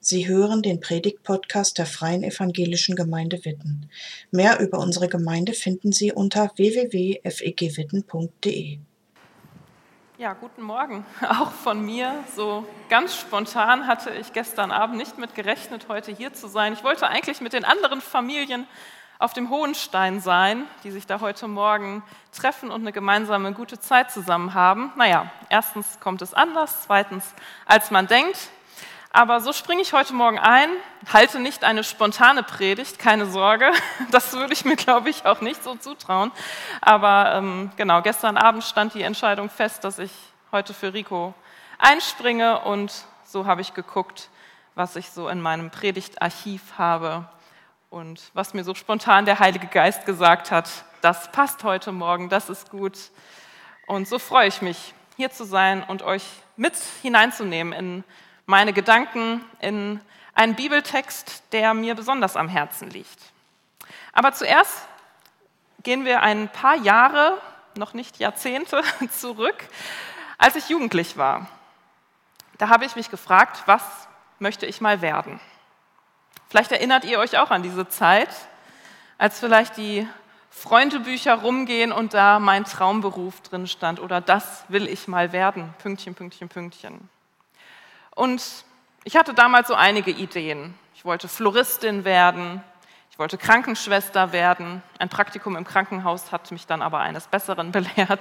Sie hören den Predigt-Podcast der Freien Evangelischen Gemeinde Witten. Mehr über unsere Gemeinde finden Sie unter www.fegwitten.de. Ja, guten Morgen, auch von mir. So ganz spontan hatte ich gestern Abend nicht mit gerechnet, heute hier zu sein. Ich wollte eigentlich mit den anderen Familien auf dem Hohenstein sein, die sich da heute Morgen treffen und eine gemeinsame gute Zeit zusammen haben. Naja, erstens kommt es anders, zweitens als man denkt. Aber so springe ich heute Morgen ein, halte nicht eine spontane Predigt, keine Sorge. Das würde ich mir, glaube ich, auch nicht so zutrauen. Aber genau, gestern Abend stand die Entscheidung fest, dass ich heute für Rico einspringe. Und so habe ich geguckt, was ich so in meinem Predigtarchiv habe und was mir so spontan der Heilige Geist gesagt hat. Das passt heute Morgen, das ist gut. Und so freue ich mich, hier zu sein und euch mit hineinzunehmen in meine Gedanken, in einen Bibeltext, der mir besonders am Herzen liegt. Aber zuerst gehen wir ein paar Jahre, noch nicht Jahrzehnte, zurück, als ich jugendlich war. Da habe ich mich gefragt, was möchte ich mal werden? Vielleicht erinnert ihr euch auch an diese Zeit, als vielleicht die Freundebücher rumgehen und da mein Traumberuf drin stand oder das will ich mal werden, Pünktchen, Pünktchen, Pünktchen. Und ich hatte damals so einige Ideen. Ich wollte Floristin werden, ich wollte Krankenschwester werden. Ein Praktikum im Krankenhaus hat mich dann aber eines Besseren belehrt.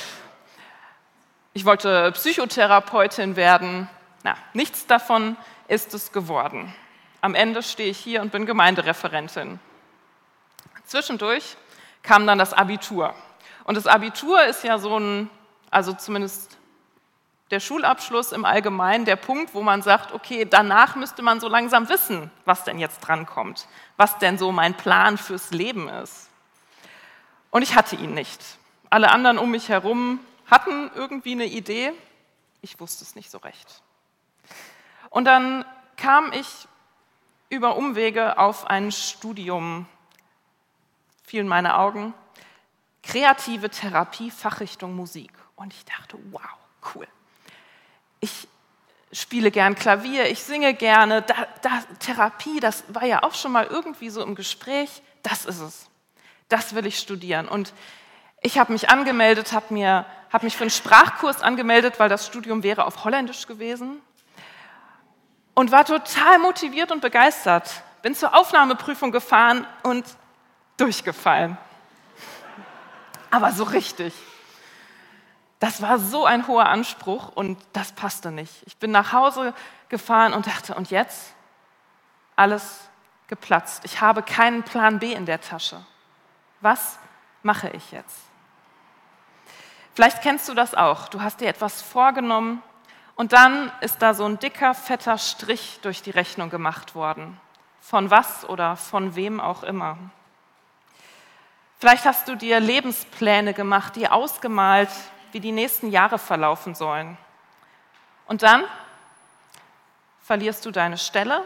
Ich wollte Psychotherapeutin werden. Na, nichts davon ist es geworden. Am Ende stehe ich hier und bin Gemeindereferentin. Zwischendurch kam dann das Abitur. Und das Abitur ist ja so ein, also zumindest der Schulabschluss im Allgemeinen, der Punkt, wo man sagt, okay, danach müsste man so langsam wissen, was denn jetzt drankommt, was denn so mein Plan fürs Leben ist. Und ich hatte ihn nicht. Alle anderen um mich herum hatten irgendwie eine Idee, ich wusste es nicht so recht. Und dann kam ich über Umwege auf ein Studium, fielen meine Augen, kreative Therapie, Fachrichtung Musik. Und ich dachte, wow, cool. Ich spiele gern Klavier, ich singe gerne, Therapie, das war ja auch schon mal irgendwie so im Gespräch, das ist es. Das will ich studieren. Und ich habe mich angemeldet, habe mich für einen Sprachkurs angemeldet, weil das Studium wäre auf Holländisch gewesen und war total motiviert und begeistert. Bin zur Aufnahmeprüfung gefahren und durchgefallen. Aber so richtig. Das war so ein hoher Anspruch und das passte nicht. Ich bin nach Hause gefahren und dachte, und jetzt? Alles geplatzt. Ich habe keinen Plan B in der Tasche. Was mache ich jetzt? Vielleicht kennst du das auch. Du hast dir etwas vorgenommen und dann ist da so ein dicker, fetter Strich durch die Rechnung gemacht worden. Von was oder von wem auch immer. Vielleicht hast du dir Lebenspläne gemacht, die ausgemalt, wie die nächsten Jahre verlaufen sollen. Und dann verlierst du deine Stelle,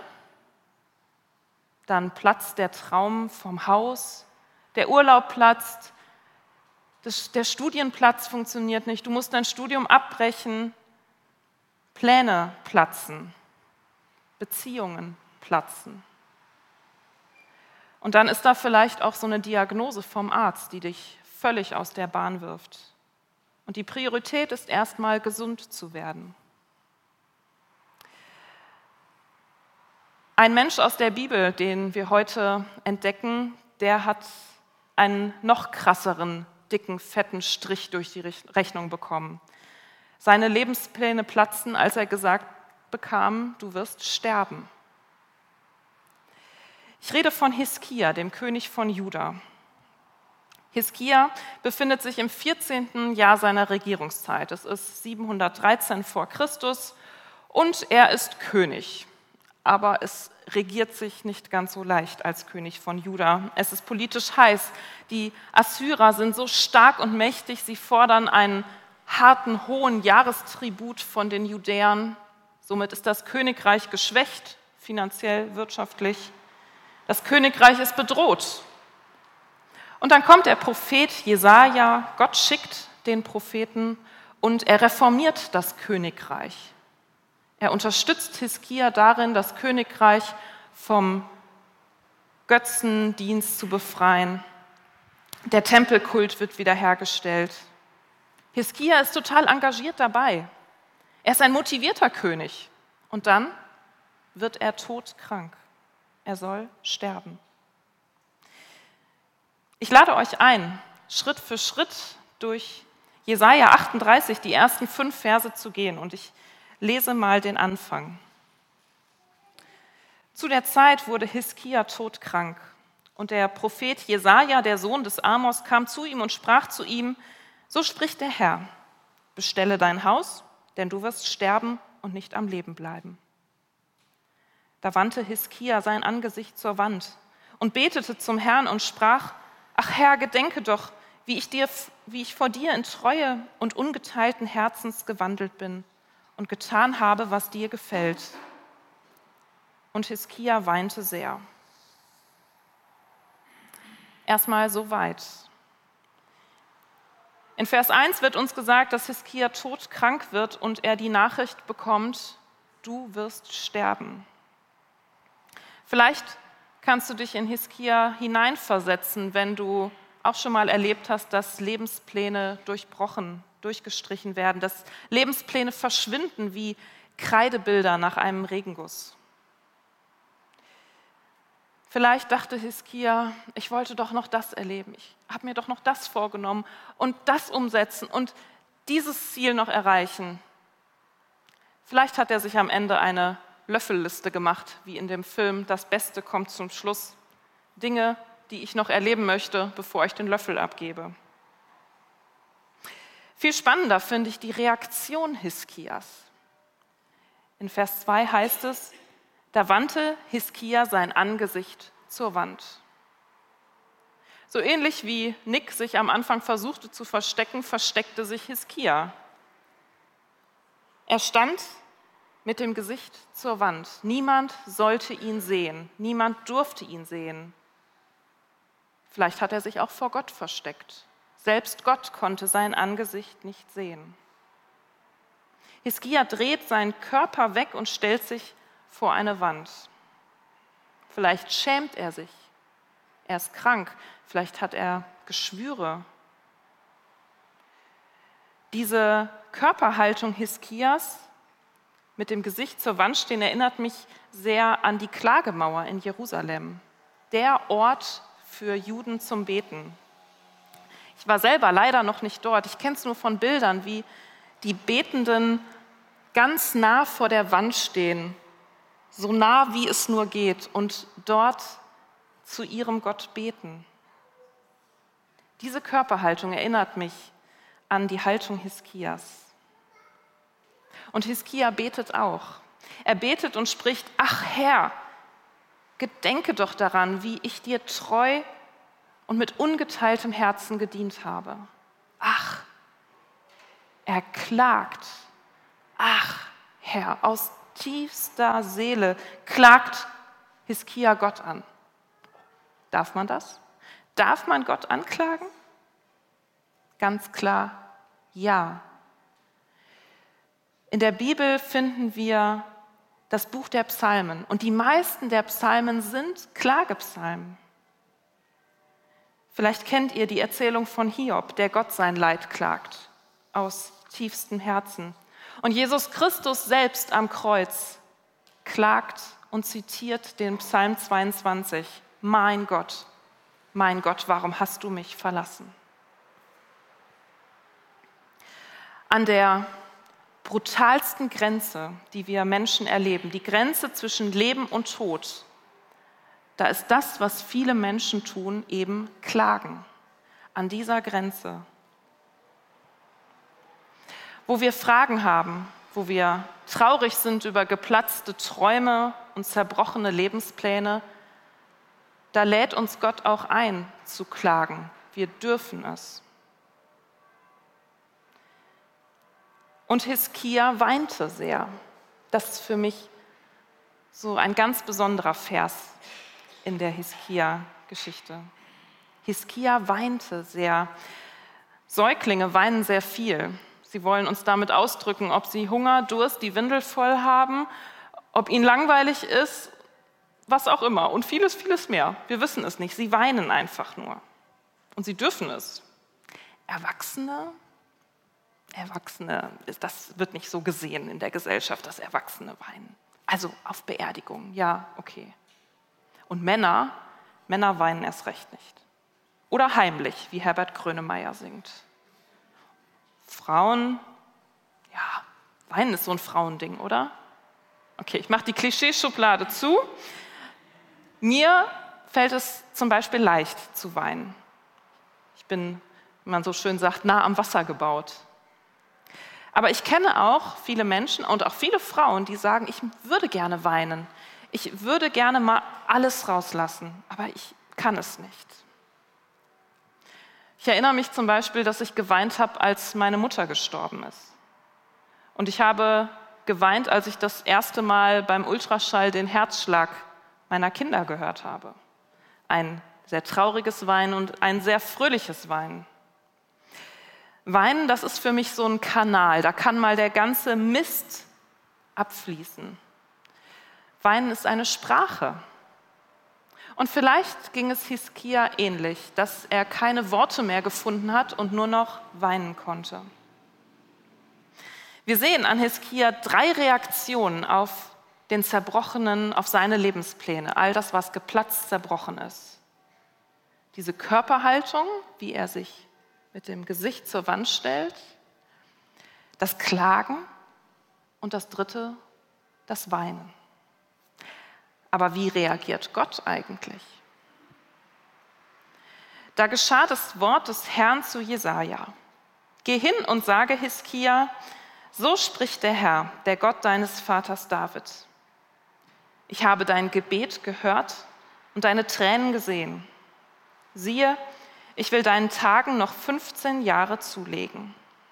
dann platzt der Traum vom Haus, der Urlaub platzt, der Studienplatz funktioniert nicht, du musst dein Studium abbrechen, Pläne platzen, Beziehungen platzen. Und dann ist da vielleicht auch so eine Diagnose vom Arzt, die dich völlig aus der Bahn wirft. Und die Priorität ist erstmal, gesund zu werden. Ein Mensch aus der Bibel, den wir heute entdecken, der hat einen noch krasseren, dicken, fetten Strich durch die Rechnung bekommen. Seine Lebenspläne platzten, als er gesagt bekam, du wirst sterben. Ich rede von Hiskia, dem König von Juda. Hiskia befindet sich im 14. Jahr seiner Regierungszeit. Es ist 713 vor Christus und er ist König. Aber es regiert sich nicht ganz so leicht als König von Juda. Es ist politisch heiß. Die Assyrer sind so stark und mächtig, sie fordern einen harten, hohen Jahrestribut von den Judäern. Somit ist das Königreich geschwächt, finanziell, wirtschaftlich. Das Königreich ist bedroht. Und dann kommt der Prophet Jesaja, Gott schickt den Propheten und er reformiert das Königreich. Er unterstützt Hiskia darin, das Königreich vom Götzendienst zu befreien. Der Tempelkult wird wiederhergestellt. Hiskia ist total engagiert dabei. Er ist ein motivierter König. Und dann wird er todkrank. Er soll sterben. Ich lade euch ein, Schritt für Schritt durch Jesaja 38, die ersten 5 Verse zu gehen. Und ich lese mal den Anfang. Zu der Zeit wurde Hiskia todkrank. Und der Prophet Jesaja, der Sohn des Amos, kam zu ihm und sprach zu ihm: So spricht der Herr: Bestelle dein Haus, denn du wirst sterben und nicht am Leben bleiben. Da wandte Hiskia sein Angesicht zur Wand und betete zum Herrn und sprach: Ach Herr, gedenke doch, wie ich vor dir in Treue und ungeteilten Herzens gewandelt bin und getan habe, was dir gefällt. Und Hiskia weinte sehr. Erstmal so weit. In Vers 1 wird uns gesagt, dass Hiskia todkrank wird und er die Nachricht bekommt: Du wirst sterben. Vielleicht kannst du dich in Hiskia hineinversetzen, wenn du auch schon mal erlebt hast, dass Lebenspläne durchgestrichen werden, dass Lebenspläne verschwinden wie Kreidebilder nach einem Regenguss. Vielleicht dachte Hiskia: Ich wollte doch noch das erleben, ich habe mir doch noch das vorgenommen und das umsetzen und dieses Ziel noch erreichen. Vielleicht hat er sich am Ende eine Löffelliste gemacht, wie in dem Film Das Beste kommt zum Schluss. Dinge, die ich noch erleben möchte, bevor ich den Löffel abgebe. Viel spannender finde ich die Reaktion Hiskias. In Vers 2 heißt es: Da wandte Hiskia sein Angesicht zur Wand. So ähnlich wie Nick sich am Anfang versuchte zu verstecken, versteckte sich Hiskia. Er stand mit dem Gesicht zur Wand. Niemand sollte ihn sehen, niemand durfte ihn sehen. Vielleicht hat er sich auch vor Gott versteckt. Selbst Gott konnte sein Angesicht nicht sehen. Hiskia dreht seinen Körper weg und stellt sich vor eine Wand. Vielleicht schämt er sich. Er ist krank. Vielleicht hat er Geschwüre. Diese Körperhaltung Hiskias mit dem Gesicht zur Wand stehen erinnert mich sehr an die Klagemauer in Jerusalem. Der Ort für Juden zum Beten. Ich war selber leider noch nicht dort. Ich kenne es nur von Bildern, wie die Betenden ganz nah vor der Wand stehen, so nah wie es nur geht, und dort zu ihrem Gott beten. Diese Körperhaltung erinnert mich an die Haltung Hiskias. Und Hiskia betet auch. Er betet und spricht: Ach Herr, gedenke doch daran, wie ich dir treu und mit ungeteiltem Herzen gedient habe. Ach, er klagt. Ach Herr, aus tiefster Seele klagt Hiskia Gott an. Darf man das? Darf man Gott anklagen? Ganz klar, ja. In der Bibel finden wir das Buch der Psalmen und die meisten der Psalmen sind Klagepsalmen. Vielleicht kennt ihr die Erzählung von Hiob, der Gott sein Leid klagt, aus tiefstem Herzen. Und Jesus Christus selbst am Kreuz klagt und zitiert den Psalm 22. Mein Gott, warum hast du mich verlassen? An der brutalsten Grenze, die wir Menschen erleben, die Grenze zwischen Leben und Tod, da ist das, was viele Menschen tun, eben klagen. An dieser Grenze. Wo wir Fragen haben, wo wir traurig sind über geplatzte Träume und zerbrochene Lebenspläne, da lädt uns Gott auch ein, zu klagen. Wir dürfen es. Und Hiskia weinte sehr. Das ist für mich so ein ganz besonderer Vers in der Hiskia-Geschichte. Hiskia weinte sehr. Säuglinge weinen sehr viel. Sie wollen uns damit ausdrücken, ob sie Hunger, Durst, die Windel voll haben, ob ihnen langweilig ist, was auch immer und vieles, vieles mehr. Wir wissen es nicht. Sie weinen einfach nur. Und sie dürfen es. Erwachsene, das wird nicht so gesehen in der Gesellschaft, dass Erwachsene weinen. Also auf Beerdigungen, ja, okay. Und Männer weinen erst recht nicht. Oder heimlich, wie Herbert Grönemeyer singt. Frauen, ja, weinen ist so ein Frauending, oder? Okay, ich mache die Klischeeschublade zu. Mir fällt es zum Beispiel leicht zu weinen. Ich bin, wie man so schön sagt, nah am Wasser gebaut. Aber ich kenne auch viele Menschen und auch viele Frauen, die sagen, ich würde gerne weinen. Ich würde gerne mal alles rauslassen, aber ich kann es nicht. Ich erinnere mich zum Beispiel, dass ich geweint habe, als meine Mutter gestorben ist. Und ich habe geweint, als ich das erste Mal beim Ultraschall den Herzschlag meiner Kinder gehört habe. Ein sehr trauriges Weinen und ein sehr fröhliches Weinen. Weinen, das ist für mich so ein Kanal, da kann mal der ganze Mist abfließen. Weinen ist eine Sprache. Und vielleicht ging es Hiskia ähnlich, dass er keine Worte mehr gefunden hat und nur noch weinen konnte. Wir sehen an Hiskia 3 Reaktionen auf den Zerbrochenen, auf seine Lebenspläne, all das, was geplatzt, zerbrochen ist. Diese Körperhaltung, wie er sich mit dem Gesicht zur Wand stellt, das Klagen und das 3, das Weinen. Aber wie reagiert Gott eigentlich? Da geschah das Wort des Herrn zu Jesaja. Geh hin und sage Hiskia, so spricht der Herr, der Gott deines Vaters David. Ich habe dein Gebet gehört und deine Tränen gesehen. Siehe, ich will deinen Tagen noch 15 Jahre zulegen.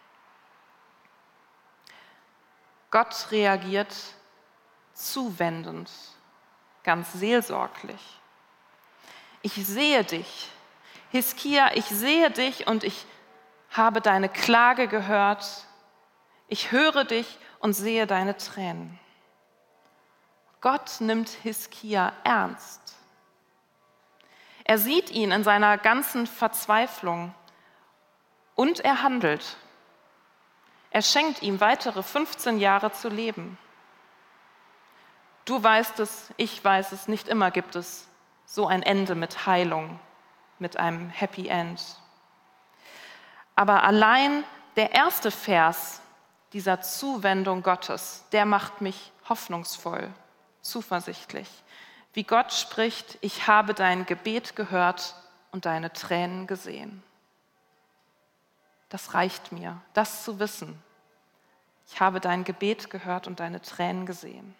Gott reagiert zuwendend, ganz seelsorglich. Ich sehe dich, Hiskia, ich sehe dich und ich habe deine Klage gehört. Ich höre dich und sehe deine Tränen. Gott nimmt Hiskia ernst. Er sieht ihn in seiner ganzen Verzweiflung und er handelt. Er schenkt ihm weitere 15 Jahre zu leben. Du weißt es, ich weiß es, nicht immer gibt es so ein Ende mit Heilung, mit einem Happy End. Aber allein der erste Vers dieser Zuwendung Gottes, der macht mich hoffnungsvoll, zuversichtlich. Wie Gott spricht, ich habe dein Gebet gehört und deine Tränen gesehen. Das reicht mir, das zu wissen. Ich habe dein Gebet gehört und deine Tränen gesehen.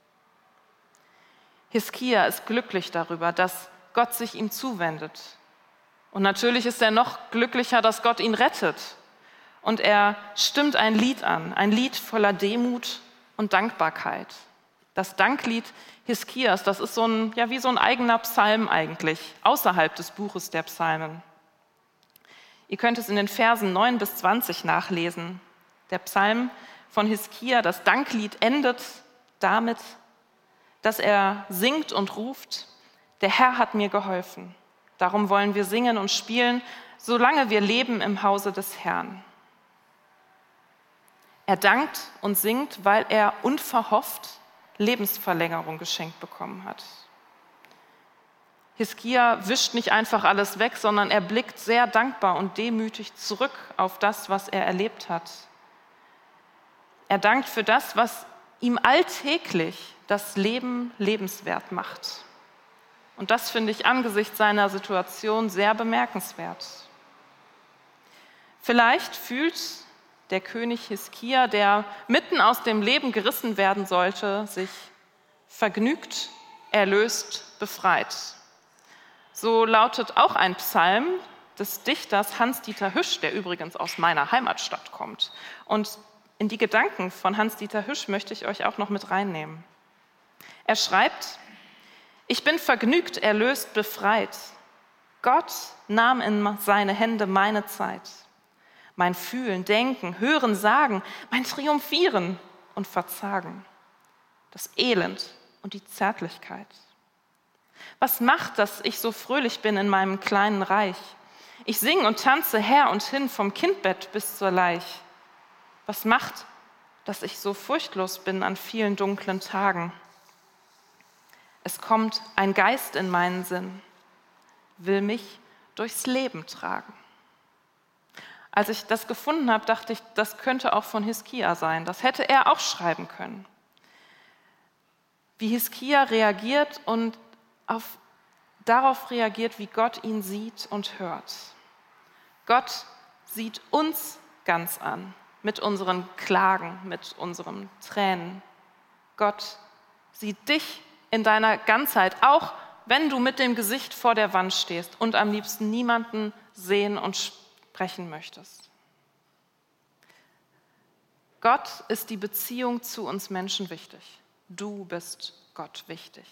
Hiskia ist glücklich darüber, dass Gott sich ihm zuwendet. Und natürlich ist er noch glücklicher, dass Gott ihn rettet. Und er stimmt ein Lied an, ein Lied voller Demut und Dankbarkeit. Das Danklied Hiskias, das ist wie so ein eigener Psalm eigentlich, außerhalb des Buches der Psalmen. Ihr könnt es in den Versen 9 bis 20 nachlesen. Der Psalm von Hiskia, das Danklied, endet damit, dass er singt und ruft, der Herr hat mir geholfen. Darum wollen wir singen und spielen, solange wir leben im Hause des Herrn. Er dankt und singt, weil er unverhofft Lebensverlängerung geschenkt bekommen hat. Hiskia wischt nicht einfach alles weg, sondern er blickt sehr dankbar und demütig zurück auf das, was er erlebt hat. Er dankt für das, was ihm alltäglich das Leben lebenswert macht. Und das finde ich angesichts seiner Situation sehr bemerkenswert. Vielleicht fühlt der König Hiskia, der mitten aus dem Leben gerissen werden sollte, sich vergnügt, erlöst, befreit. So lautet auch ein Psalm des Dichters Hans-Dieter Hüsch, der übrigens aus meiner Heimatstadt kommt. Und in die Gedanken von Hans-Dieter Hüsch möchte ich euch auch noch mit reinnehmen. Er schreibt: Ich bin vergnügt, erlöst, befreit. Gott nahm in seine Hände meine Zeit. mein Fühlen, Denken, Hören, Sagen, mein Triumphieren und Verzagen, das Elend und die Zärtlichkeit. Was macht, dass ich so fröhlich bin in meinem kleinen Reich? Ich singe und tanze her und hin vom Kindbett bis zur Leich. Was macht, dass ich so furchtlos bin an vielen dunklen Tagen? Es kommt ein Geist in meinen Sinn, will mich durchs Leben tragen. Als ich das gefunden habe, dachte ich, das könnte auch von Hiskia sein. Das hätte er auch schreiben können. Wie Hiskia reagiert und darauf reagiert, wie Gott ihn sieht und hört. Gott sieht uns ganz an, mit unseren Klagen, mit unseren Tränen. Gott sieht dich in deiner Ganzheit, auch wenn du mit dem Gesicht vor der Wand stehst und am liebsten niemanden sehen und sprechen möchtest. Gott ist die Beziehung zu uns Menschen wichtig. Du bist Gott wichtig.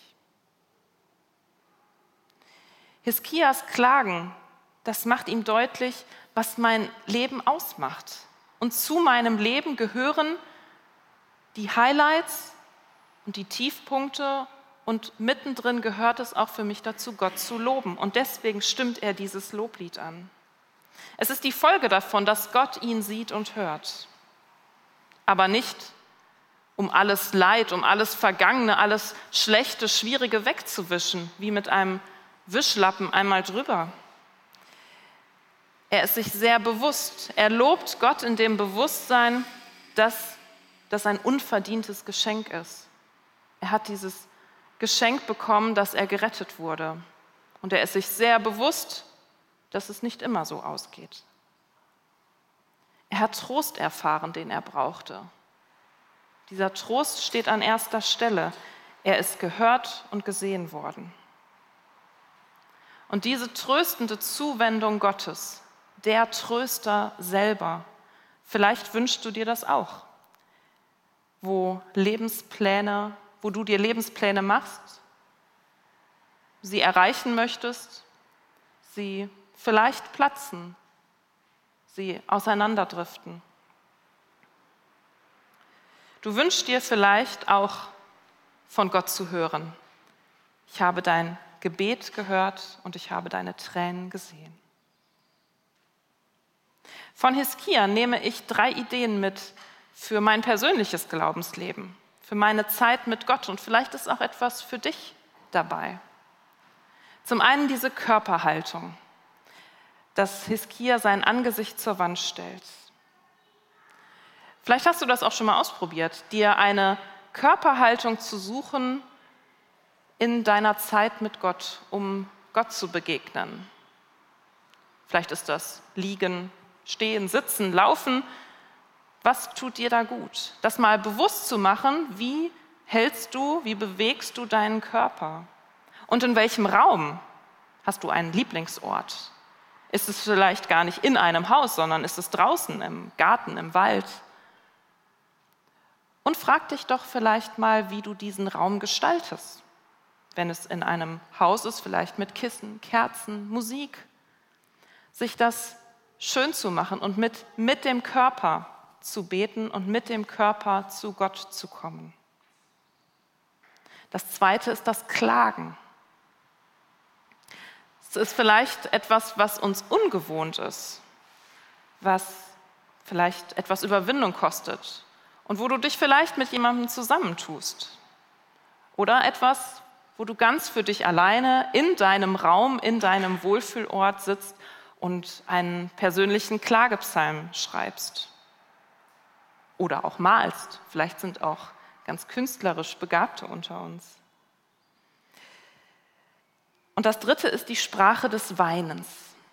Hiskias Klagen, das macht ihm deutlich, was mein Leben ausmacht. Und zu meinem Leben gehören die Highlights und die Tiefpunkte und mittendrin gehört es auch für mich dazu, Gott zu loben. Und deswegen stimmt er dieses Loblied an. Es ist die Folge davon, dass Gott ihn sieht und hört. Aber nicht, um alles Leid, um alles Vergangene, alles Schlechte, Schwierige wegzuwischen, wie mit einem Wischlappen einmal drüber. Er ist sich sehr bewusst. Er lobt Gott in dem Bewusstsein, dass das ein unverdientes Geschenk ist. Er hat dieses Geschenk bekommen, dass er gerettet wurde. Und er ist sich sehr bewusst, dass es nicht immer so ausgeht. Er hat Trost erfahren, den er brauchte. Dieser Trost steht an erster Stelle. Er ist gehört und gesehen worden. Und diese tröstende Zuwendung Gottes, der Tröster selber, vielleicht wünschst du dir das auch, wo du dir Lebenspläne machst, sie erreichen möchtest, sie vielleicht platzen, sie auseinanderdriften. Du wünschst dir vielleicht auch von Gott zu hören. Ich habe dein Gebet gehört und ich habe deine Tränen gesehen. Von Hiskia nehme ich 3 Ideen mit für mein persönliches Glaubensleben, für meine Zeit mit Gott und vielleicht ist auch etwas für dich dabei. Zum einen diese Körperhaltung, dass Hiskia sein Angesicht zur Wand stellt. Vielleicht hast du das auch schon mal ausprobiert, dir eine Körperhaltung zu suchen in deiner Zeit mit Gott, um Gott zu begegnen. Vielleicht ist das Liegen, Stehen, Sitzen, Laufen. Was tut dir da gut? Das mal bewusst zu machen, wie bewegst du deinen Körper? Und in welchem Raum hast du einen Lieblingsort? Ist es vielleicht gar nicht in einem Haus, sondern ist es draußen im Garten, im Wald? Und frag dich doch vielleicht mal, wie du diesen Raum gestaltest. Wenn es in einem Haus ist, vielleicht mit Kissen, Kerzen, Musik. Sich das schön zu machen und mit dem Körper zu beten und mit dem Körper zu Gott zu kommen. Das Zweite ist das Klagen. Es ist vielleicht etwas, was uns ungewohnt ist, was vielleicht etwas Überwindung kostet und wo du dich vielleicht mit jemandem zusammentust. Oder etwas, wo du ganz für dich alleine in deinem Raum, in deinem Wohlfühlort sitzt und einen persönlichen Klagepsalm schreibst. Oder auch malst. Vielleicht sind auch ganz künstlerisch Begabte unter uns. Und das Dritte ist die Sprache des Weinens.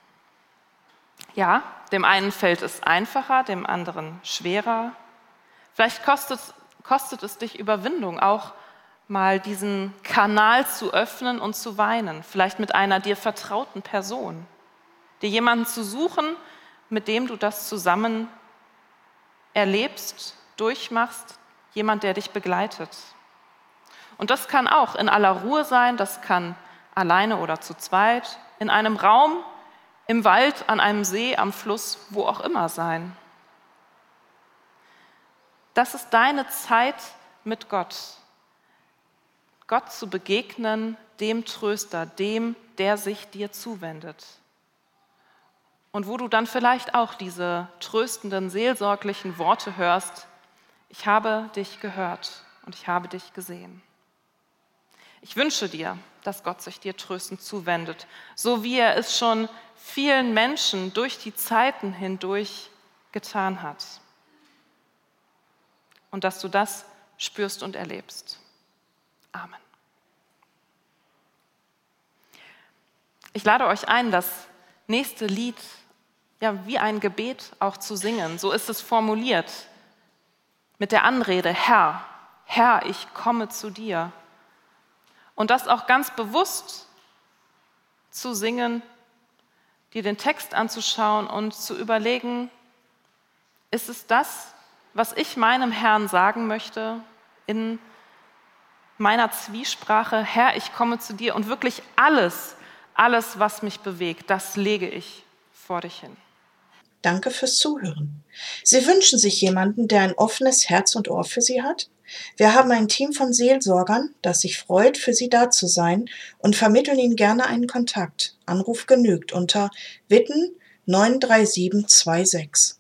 Ja, dem einen fällt es einfacher, dem anderen schwerer. Vielleicht kostet es dich Überwindung, auch mal diesen Kanal zu öffnen und zu weinen. Vielleicht mit einer dir vertrauten Person. Dir jemanden zu suchen, mit dem du das zusammen erlebst, durchmachst, jemand, der dich begleitet. Und das kann auch in aller Ruhe sein, das kann alleine oder zu zweit, in einem Raum, im Wald, an einem See, am Fluss, wo auch immer sein. Das ist deine Zeit mit Gott. Gott zu begegnen, dem Tröster, dem, der sich dir zuwendet. Und wo du dann vielleicht auch diese tröstenden, seelsorglichen Worte hörst: Ich habe dich gehört und ich habe dich gesehen. Ich wünsche dir, dass Gott sich dir tröstend zuwendet, so wie er es schon vielen Menschen durch die Zeiten hindurch getan hat. Und dass du das spürst und erlebst. Amen. Ich lade euch ein, das nächste Lied wie ein Gebet auch zu singen. So ist es formuliert, mit der Anrede: Herr, Herr, ich komme zu dir. Und das auch ganz bewusst zu singen, dir den Text anzuschauen und zu überlegen: Ist es das, was ich meinem Herrn sagen möchte in meiner Zwiesprache? Herr, ich komme zu dir, und wirklich alles, was mich bewegt, das lege ich vor dich hin. Danke fürs Zuhören. Sie wünschen sich jemanden, der ein offenes Herz und Ohr für Sie hat? Wir haben ein Team von Seelsorgern, das sich freut, für Sie da zu sein, und vermitteln Ihnen gerne einen Kontakt. Anruf genügt unter Witten 93726.